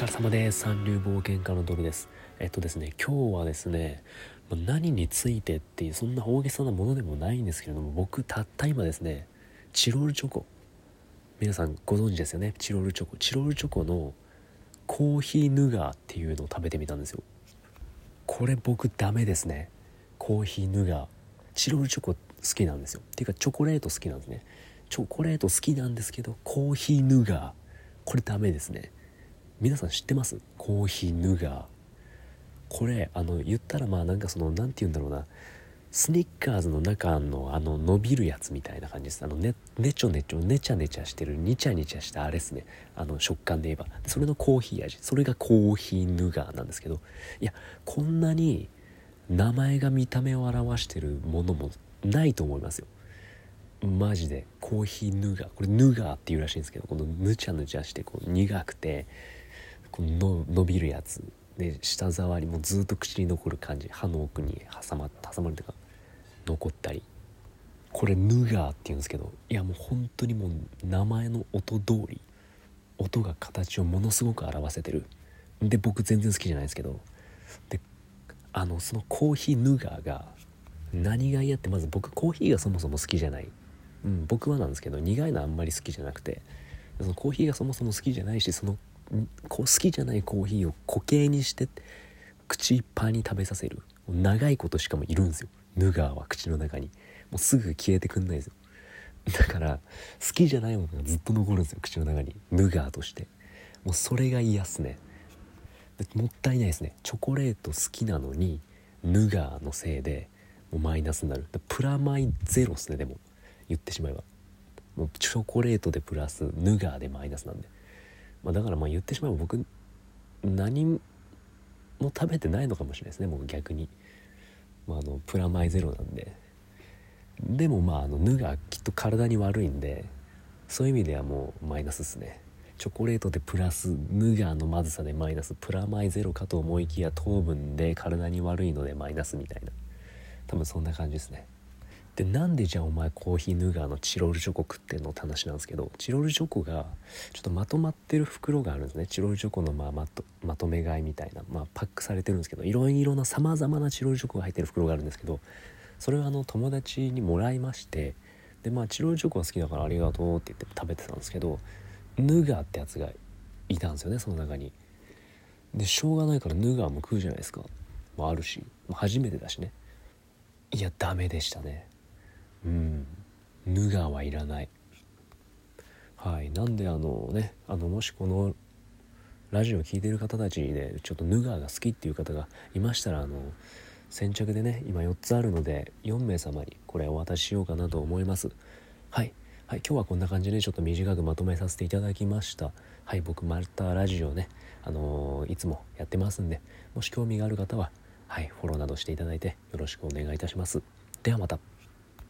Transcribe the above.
疲れ様です。三流冒険家のドルです。ですね、今日はですね、何についてっていうそんな大げさなものでもないんですけれども、僕たった今ですね、チロルチョコ、皆さんご存知ですよね。チロルチョコのコーヒーヌガーっていうのを食べてみたんですよ。これ僕ダメですね。コーヒーヌガー、チロルチョコ好きなんですよ。っていうかチョコレート好きなんですね。チョコレート好きなんですけど、コーヒーヌガー、これダメですね。皆さん知ってます？コーヒーヌガー、これ言ったらなんかなんて言うんだろうな、スニッカーズの中の伸びるやつみたいな感じです。ねちょねちょねちゃねちゃしてるニチャニチャしたあれですね。食感で言えばそれのコーヒー味、それがコーヒーヌガーなんですけど、いやこんなに名前が見た目を表してるものもないと思いますよ。マジでコーヒーヌガー、これヌガーっていうらしいんですけど、このぬちゃぬちゃして苦くて伸びるやつで、舌触りもずっと口に残る感じ、歯の奥に挟まるというか残ったり、これヌガーって言うんですけど、いやもう本当にもう名前の音通り、音が形をものすごく表せてる。で僕全然好きじゃないですけど、でそのコーヒーヌガーが何が嫌って、まず僕コーヒーがそもそも好きじゃない、僕はなんですけど苦いのあんまり好きじゃなくて、そのコーヒーがそもそも好きじゃないし、好きじゃないコーヒーを固形にして口いっぱいに食べさせる長いことしかもいるんですよ。ヌガーは口の中にもうすぐ消えてくんないですよ。だから好きじゃないものがずっと残るんですよ、口の中にヌガーとして。もうそれが嫌っすね。もったいないですね。チョコレート好きなのにヌガーのせいでもうマイナスになる。プラマイゼロっすね。でも言ってしまえばもうチョコレートでプラスヌガーでマイナスなんで、だから言ってしまえば僕何も食べてないのかもしれないですね。もう逆に、プラマイゼロなんで。でもヌガーきっと体に悪いんで、そういう意味ではもうマイナスですね。チョコレートでプラスヌガーのまずさでマイナス、プラマイゼロかと思いきや糖分で体に悪いのでマイナスみたいな、多分そんな感じですね。でなんでじゃあお前コーヒーヌガーのチロルチョコ食ってんのって話なんですけど、チロルチョコがちょっとまとまってる袋があるんですね。チロルチョコのまとめ買いみたいな、パックされてるんですけど、いろいろなさまざまなチロルチョコが入ってる袋があるんですけど、それは友達にもらいまして、でチロルチョコが好きだからありがとうって言って食べてたんですけど、ヌガーってやつがいたんですよね、その中に。でしょうがないからヌガーも食うじゃないですか。あるし、初めてだしね。いやダメでしたね。ヌガーはいらない。はい。なんでもしこのラジオを聞いている方たちでちょっとヌガーが好きっていう方がいましたら、先着でね今4つあるので4名様にこれお渡ししようかなと思います。はい、今日はこんな感じでちょっと短くまとめさせていただきました。はい、僕またラジオねいつもやってますんで、もし興味がある方はフォローなどしていただいてよろしくお願いいたします。ではまた。